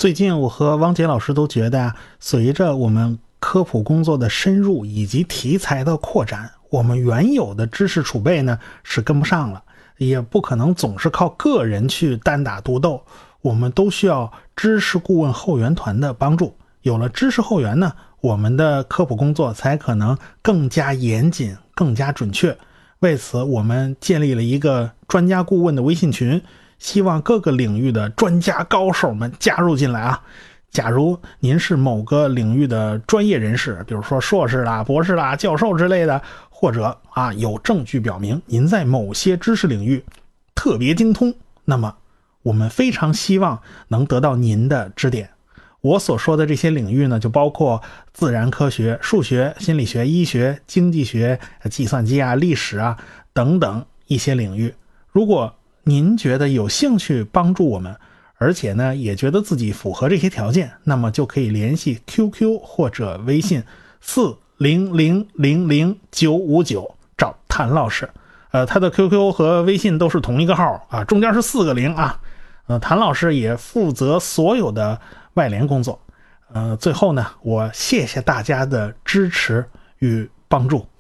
最近我和汪杰老师都觉得随着我们科普工作的深入以及题材的扩展，我们原有的知识储备呢是跟不上了，也不可能总是靠个人去单打独斗，我们都需要知识顾问后援团的帮助。有了知识后援呢，我们的科普工作才可能更加严谨、更加准确。为此，我们建立了一个专家顾问的微信群，希望各个领域的专家高手们加入进来啊！假如您是某个领域的专业人士，比如说硕士啦、博士啦、教授之类的，或者有证据表明您在某些知识领域特别精通，那么我们非常希望能得到您的指点。我所说的这些领域呢，就包括自然科学、数学、心理学、医学、经济学、计算机历史等等一些领域。如果您觉得有兴趣帮助我们，而且呢也觉得自己符合这些条件，那么就可以联系 QQ 或者微信4000959找谭老师。他的 QQ 和微信都是同一个号中间是4个0啊。谭老师也负责所有的外联工作。最后呢，我谢谢大家的支持与帮助。